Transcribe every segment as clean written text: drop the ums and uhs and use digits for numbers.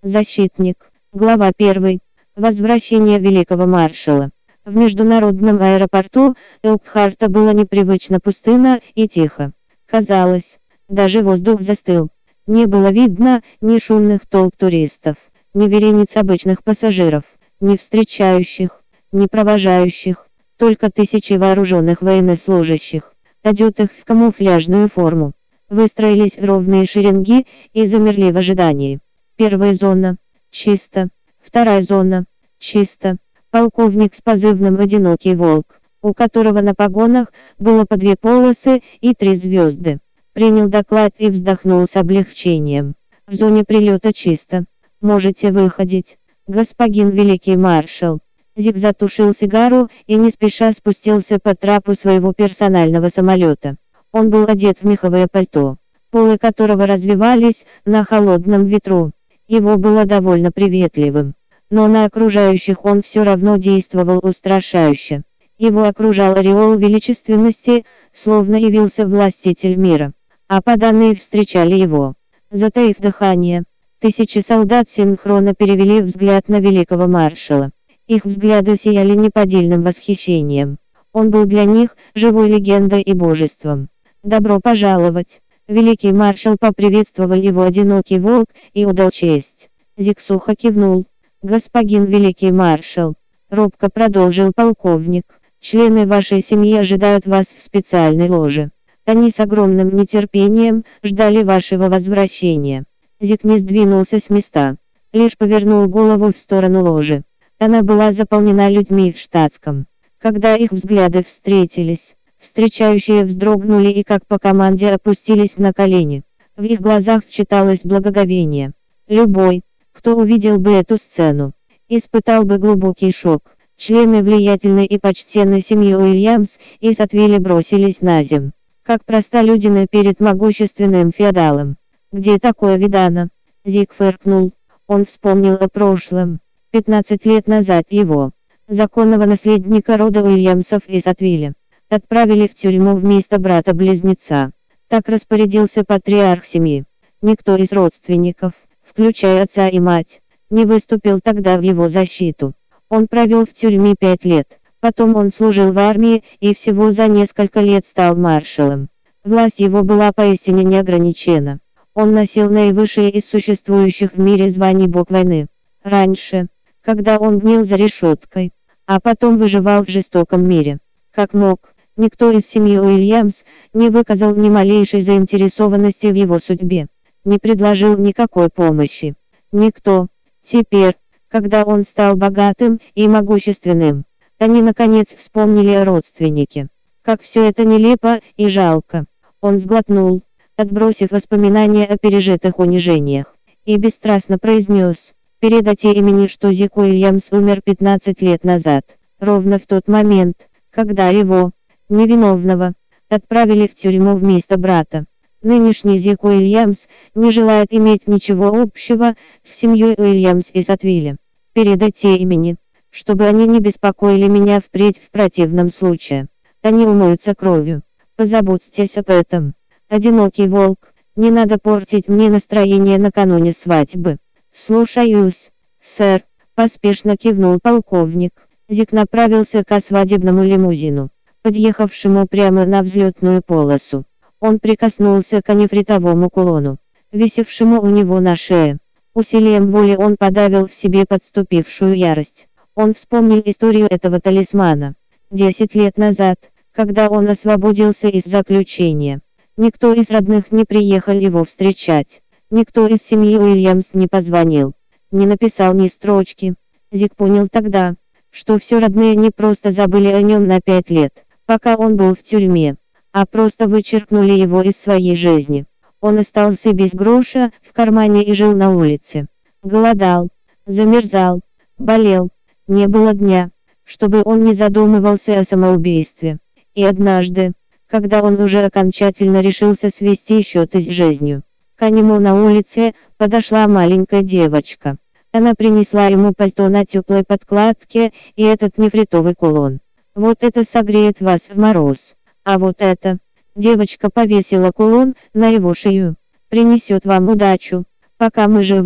Защитник. Глава 1. Возвращение великого маршала. В международном аэропорту Элкхарта было непривычно пустынно и тихо. Казалось, даже воздух застыл. Не было видно ни шумных толп туристов, ни верениц обычных пассажиров, ни встречающих, ни провожающих, только тысячи вооруженных военнослужащих, одетых в камуфляжную форму. Выстроились в ровные шеренги и замерли в ожидании. Первая зона – чисто. Вторая зона – чисто. Полковник с позывным «Одинокий волк», у которого на погонах было по 2 полосы и 3 звезды, принял доклад и вздохнул с облегчением. В зоне прилета чисто. Можете выходить, господин великий маршал. Зиг затушил сигару и не спеша спустился по трапу своего персонального самолета. Он был одет в меховое пальто, полы которого развивались на холодном ветру. Его было довольно приветливым, но на окружающих он все равно действовал устрашающе. Его окружал ореол величественности, словно явился властитель мира. А поданные встречали его, затаив дыхание. Тысячи солдат синхронно перевели взгляд на великого маршала. Их взгляды сияли неподдельным восхищением. Он был для них живой легендой и божеством. «Добро пожаловать!» Великий маршал поприветствовал его «Одинокий волк» и отдал честь. Зиг сухо кивнул. «Господин великий маршал», — робко продолжил полковник, — «члены вашей семьи ожидают вас в специальной ложе. Они с огромным нетерпением ждали вашего возвращения». Зиг не сдвинулся с места, лишь повернул голову в сторону ложи. Она была заполнена людьми в штатском. Когда их взгляды встретились, встречающие вздрогнули и как по команде опустились на колени. В их глазах читалось благоговение. Любой, кто увидел бы эту сцену, испытал бы глубокий шок. Члены влиятельной и почтенной семьи Уильямс и Сатвилли бросились на землю, как простолюдины перед могущественным феодалом. «Где такое видано?» Зиг фыркнул. Он вспомнил о прошлом. 15 лет назад его, законного наследника рода Уильямсов и Сатвилли, отправили в тюрьму вместо брата-близнеца. Так распорядился патриарх семьи. Никто из родственников, включая отца и мать, не выступил тогда в его защиту. Он провел в тюрьме 5 лет, потом он служил в армии и всего за несколько лет стал маршалом. Власть его была поистине неограничена. Он носил наивысшее из существующих в мире званий бог войны. Раньше, когда он гнил за решеткой, а потом выживал в жестоком мире, как мог, никто из семьи Уильямс не выказал ни малейшей заинтересованности в его судьбе, не предложил никакой помощи. Никто. Теперь, когда он стал богатым и могущественным, они наконец вспомнили о родственнике. Как все это нелепо и жалко. Он сглотнул, отбросив воспоминания о пережитых унижениях, и бесстрастно произнес: «Передайте имени, что Зиг Уильямс умер 15 лет назад, ровно в тот момент, когда его, невиновного, отправили в тюрьму вместо брата. Нынешний Зиг Уильямс не желает иметь ничего общего с семьей Уильямс и Сатвилли. Передайте имени, чтобы они не беспокоили меня впредь в противном случае. Они умоются кровью. Позаботьтесь об этом. Одинокий волк, не надо портить мне настроение накануне свадьбы». «Слушаюсь, сэр», — поспешно кивнул полковник. Зиг направился к свадебному лимузину, подъехавшему прямо на взлетную полосу. Он прикоснулся к нефритовому кулону, висевшему у него на шее. Усилием воли он подавил в себе подступившую ярость. Он вспомнил историю этого талисмана. 10 лет назад, когда он освободился из заключения, никто из родных не приехал его встречать. Никто из семьи Уильямс не позвонил, не написал ни строчки. Зиг понял тогда, что все родные не просто забыли о нем на 5 лет, пока он был в тюрьме, а просто вычеркнули его из своей жизни. Он остался без гроша в кармане и жил на улице. Голодал, замерзал, болел. Не было дня, чтобы он не задумывался о самоубийстве. И однажды, когда он уже окончательно решился свести счеты с жизнью, к нему на улице подошла маленькая девочка. Она принесла ему пальто на теплой подкладке и этот нефритовый кулон. «Вот это согреет вас в мороз. А вот это...» Девочка повесила кулон на его шею. «Принесет вам удачу, пока мы живы».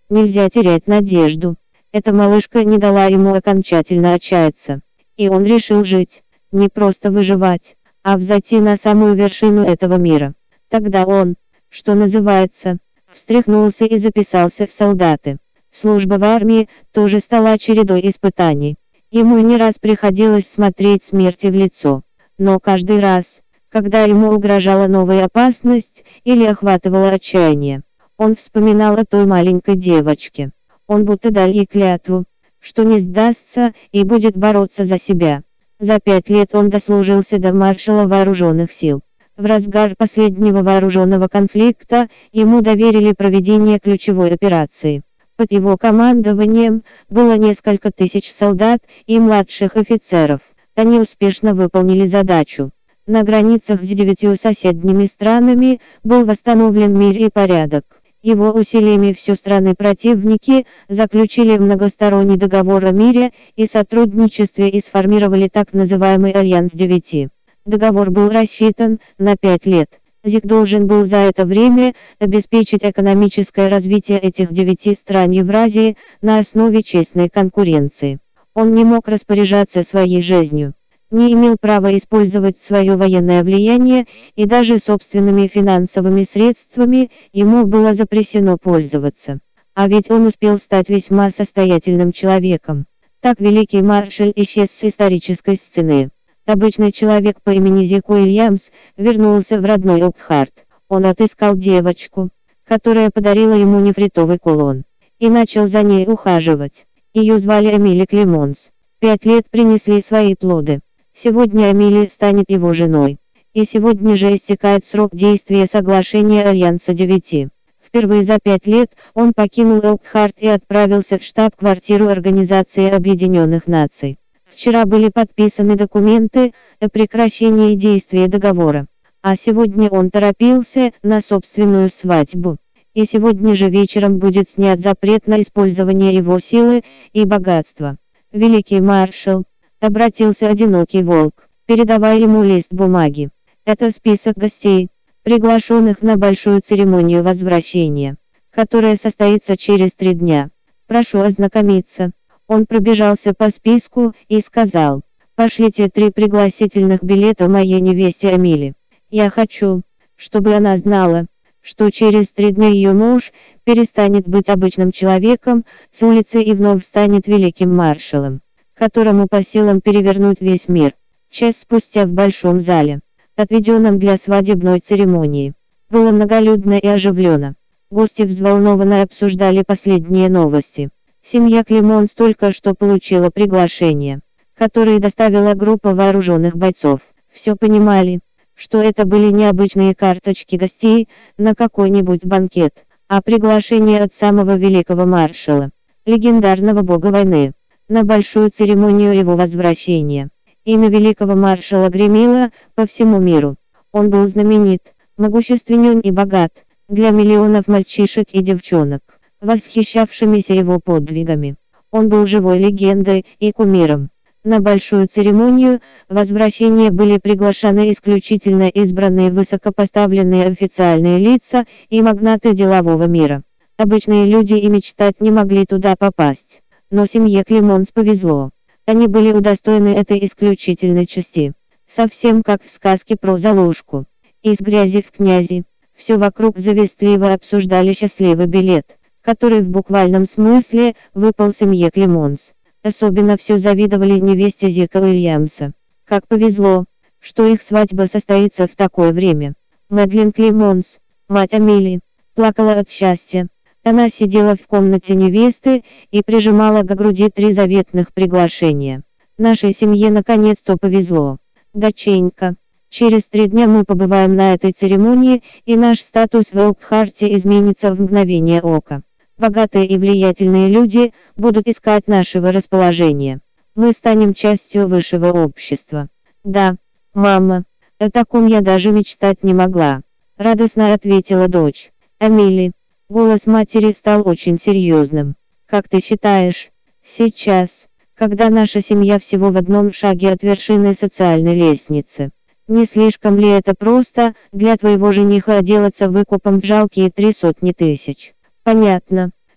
Нельзя терять надежду. Эта малышка не дала ему окончательно отчаяться. И он решил жить, не просто выживать, а взойти на самую вершину этого мира. Тогда он, что называется, встряхнулся и записался в солдаты. Служба в армии тоже стала чередой испытаний. Ему не раз приходилось смотреть смерти в лицо. Но каждый раз, когда ему угрожала новая опасность или охватывало отчаяние, он вспоминал о той маленькой девочке. Он будто дал ей клятву, что не сдастся и будет бороться за себя. За 5 лет он дослужился до маршала вооруженных сил. В разгар последнего вооруженного конфликта ему доверили проведение ключевой операции. Под его командованием было несколько тысяч солдат и младших офицеров. Они успешно выполнили задачу. На границах с 9 соседними странами был восстановлен мир и порядок. Его усилиями все страны-противники заключили многосторонний договор о мире и сотрудничестве и сформировали так называемый Альянс 9. Договор был рассчитан на 5 лет. ЗИК должен был за это время обеспечить экономическое развитие этих 9 стран Евразии на основе честной конкуренции. Он не мог распоряжаться своей жизнью, не имел права использовать свое военное влияние и даже собственными финансовыми средствами ему было запрещено пользоваться. А ведь он успел стать весьма состоятельным человеком. Так великий маршал исчез с исторической сцены. Обычный человек по имени Зик Уильямс вернулся в родной Окхарт. Он отыскал девочку, которая подарила ему нефритовый кулон, и начал за ней ухаживать. Ее звали Эмили Клемонс. 5 лет принесли свои плоды. Сегодня Эмили станет его женой. И сегодня же истекает срок действия соглашения Альянса 9. Впервые за 5 лет он покинул Окхарт и отправился в штаб-квартиру Организации Объединенных Наций. Вчера были подписаны документы о прекращении действия договора, а сегодня он торопился на собственную свадьбу. И сегодня же вечером будет снят запрет на использование его силы и богатства. Великий маршал, обратился одинокий волк, передавая ему лист бумаги. Это список гостей, приглашенных на большую церемонию возвращения, которая состоится через 3 дня. Прошу ознакомиться. Он пробежался по списку и сказал: «Пошлите 3 пригласительных билета моей невесте Эмили. Я хочу, чтобы она знала, что через 3 дня ее муж перестанет быть обычным человеком с улицы и вновь станет великим маршалом, которому по силам перевернуть весь мир». Час спустя в большом зале, отведенном для свадебной церемонии, было многолюдно и оживленно. Гости взволнованно обсуждали последние новости. Семья Клемонс только что получила приглашение, которое доставила группа вооруженных бойцов. Все понимали, что это были необычные карточки гостей на какой-нибудь банкет, а приглашение от самого великого маршала, легендарного бога войны, на большую церемонию его возвращения. Имя великого маршала гремело по всему миру. Он был знаменит, могущественен и богат для миллионов мальчишек и девчонок, восхищавшимися его подвигами. Он был живой легендой и кумиром. На большую церемонию возвращения были приглашены исключительно избранные высокопоставленные официальные лица и магнаты делового мира. Обычные люди и мечтать не могли туда попасть. Но семье Клемонс повезло. Они были удостоены этой исключительной чести. Совсем как в сказке про Золушку. Из грязи в князи. Все вокруг завистливо обсуждали счастливый билет, который в буквальном смысле выпал семье Клемонс. Особенно все завидовали невесте Зика Уильямса. Как повезло, что их свадьба состоится в такое время. Мэдлин Клемонс, мать Эмили, плакала от счастья. Она сидела в комнате невесты и прижимала к груди 3 заветных приглашения. Нашей семье наконец-то повезло. Доченька, через 3 дня мы побываем на этой церемонии, и наш статус в Окхарте изменится в мгновение ока. Богатые и влиятельные люди будут искать нашего расположения. Мы станем частью высшего общества. Да, мама, о таком я даже мечтать не могла. Радостно ответила дочь. Эмили. Голос матери стал очень серьезным. Как ты считаешь, сейчас, когда наша семья всего в одном шаге от вершины социальной лестницы, не слишком ли это просто для твоего жениха отделаться выкупом в жалкие 300 000? Понятно,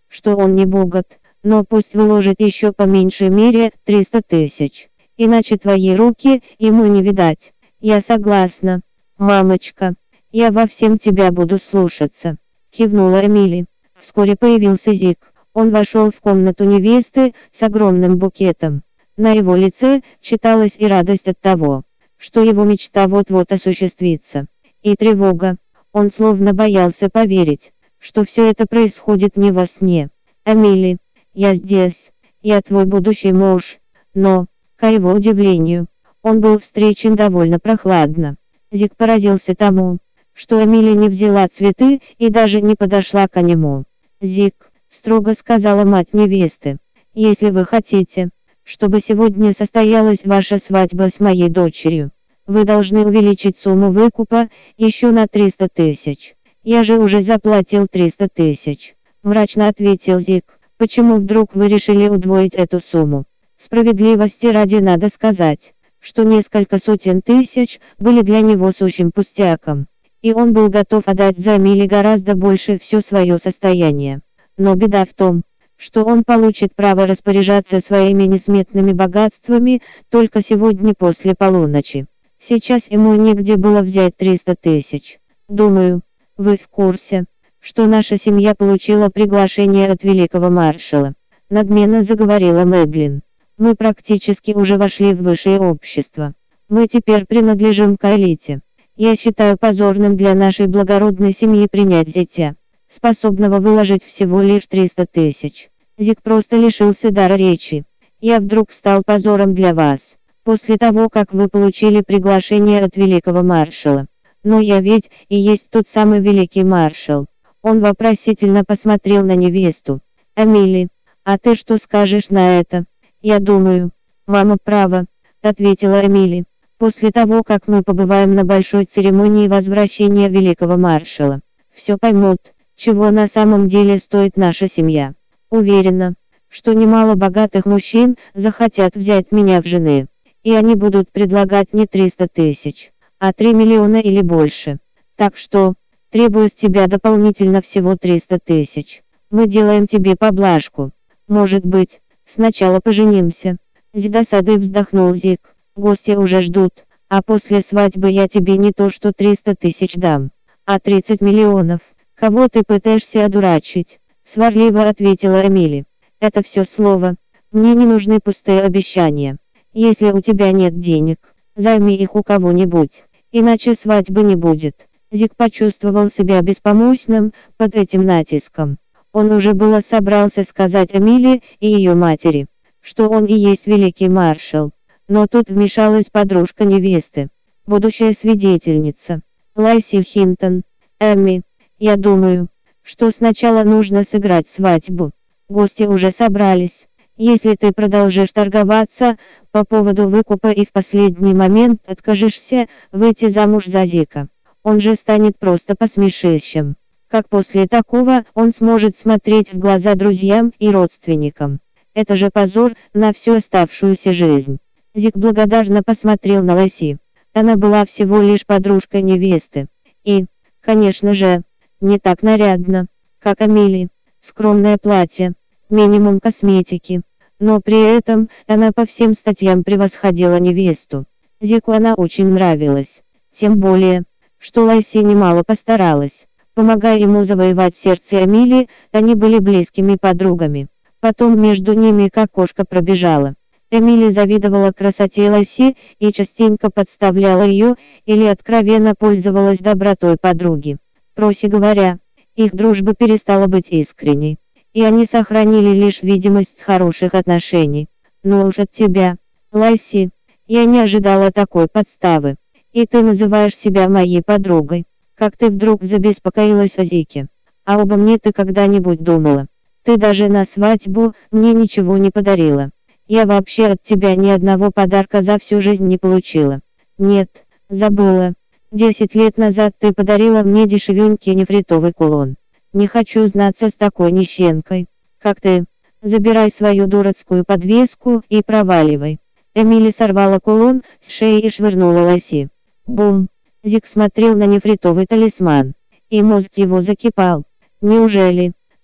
что он не богат, но пусть выложит еще по меньшей мере 300 тысяч. Иначе твои руки ему не видать. Я согласна. Мамочка, я во всем тебя буду слушаться. Кивнула Эмили. Вскоре появился Зик. Он вошел в комнату невесты с огромным букетом. На его лице читалась и радость от того, что его мечта вот-вот осуществится, и тревога. Он словно боялся поверить, что все это происходит не во сне. «Эмили, я здесь, я твой будущий муж». Но, к его удивлению, он был встречен довольно прохладно. Зик поразился тому, что Эмили не взяла цветы и даже не подошла к нему. «Зик», — строго сказала мать невесты, — «если вы хотите, чтобы сегодня состоялась ваша свадьба с моей дочерью, вы должны увеличить сумму выкупа еще на 300 тысяч. Я же уже заплатил 300 тысяч», — мрачно ответил Зик. «Почему вдруг вы решили удвоить эту сумму?» Справедливости ради надо сказать, что несколько сотен тысяч были для него сущим пустяком, и он был готов отдать за Эмили гораздо больше все свое состояние. Но беда в том, что он получит право распоряжаться своими несметными богатствами только сегодня после полуночи. Сейчас ему негде было взять 300 тысяч. «Думаю, вы в курсе, что наша семья получила приглашение от великого маршала», — надменно заговорила Мэдлин. «Мы практически уже вошли в высшее общество. Мы теперь принадлежим к элите. Я считаю позорным для нашей благородной семьи принять зятя, способного выложить всего лишь 300 тысяч». Зик просто лишился дара речи. «Я вдруг стал позором для вас, после того, как вы получили приглашение от великого маршала. Но я ведь и есть тот самый великий маршал». Он вопросительно посмотрел на невесту. «Эмили, а ты что скажешь на это?» «Я думаю, мама права», — ответила Эмили. «После того, как мы побываем на большой церемонии возвращения великого маршала, все поймут, чего на самом деле стоит наша семья. Уверена, что немало богатых мужчин захотят взять меня в жены, и они будут предлагать не 300 тысяч, а 3 миллиона или больше. Так что, требую с тебя дополнительно всего 300 тысяч. Мы делаем тебе поблажку. Может быть, сначала поженимся». С досадой вздохнул Зик. «Гости уже ждут, а после свадьбы я тебе не то что 300 тысяч дам, а 30 миллионов. Кого ты пытаешься одурачить?» Сварливо ответила Эмили. «Это все слово. Мне не нужны пустые обещания. Если у тебя нет денег, займи их у кого-нибудь, иначе свадьбы не будет». Зик почувствовал себя беспомощным под этим натиском. Он уже было собрался сказать Эмили и ее матери, что он и есть великий маршал. Но тут вмешалась подружка невесты, будущая свидетельница, Лайси Хинтон. «Эмми, я думаю, что сначала нужно сыграть свадьбу. Гости уже собрались. Если ты продолжишь торговаться по поводу выкупа и в последний момент откажешься выйти замуж за Зика, он же станет просто посмешищем. Как после такого он сможет смотреть в глаза друзьям и родственникам? Это же позор на всю оставшуюся жизнь». Зик благодарно посмотрел на Лайси. Она была всего лишь подружкой невесты. И, конечно же, не так нарядно, как Эмили. Скромное платье, минимум косметики. Но при этом она по всем статьям превосходила невесту. Зику она очень нравилась. Тем более, что Лайси немало постаралась. Помогая ему завоевать сердце Эмили, они были близкими подругами. Потом между ними как кошка пробежала. Эмили завидовала красоте Лайси и частенько подставляла ее или откровенно пользовалась добротой подруги. Проще говоря, их дружба перестала быть искренней, и они сохранили лишь видимость хороших отношений. «Ну уж от тебя, Лайси, я не ожидала такой подставы. И ты называешь себя моей подругой. Как ты вдруг забеспокоилась о Зике? А обо мне ты когда-нибудь думала? Ты даже на свадьбу мне ничего не подарила. Я вообще от тебя ни одного подарка за всю жизнь не получила». «Нет, забыла. 10 лет назад ты подарила мне дешевенький нефритовый кулон. Не хочу знаться с такой нищенкой, как ты. Забирай свою дурацкую подвеску и проваливай». Эмили сорвала кулон с шеи и швырнула Лайси. Бум! Зик смотрел на нефритовый талисман, и мозг его закипал. Неужели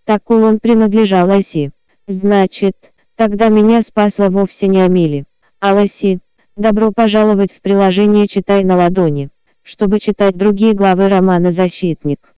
Так кулон принадлежал Аси. Значит, тогда меня спасла вовсе не Амели, а Ласи. Добро пожаловать в приложение «Читай на ладони», чтобы читать другие главы романа «Защитник».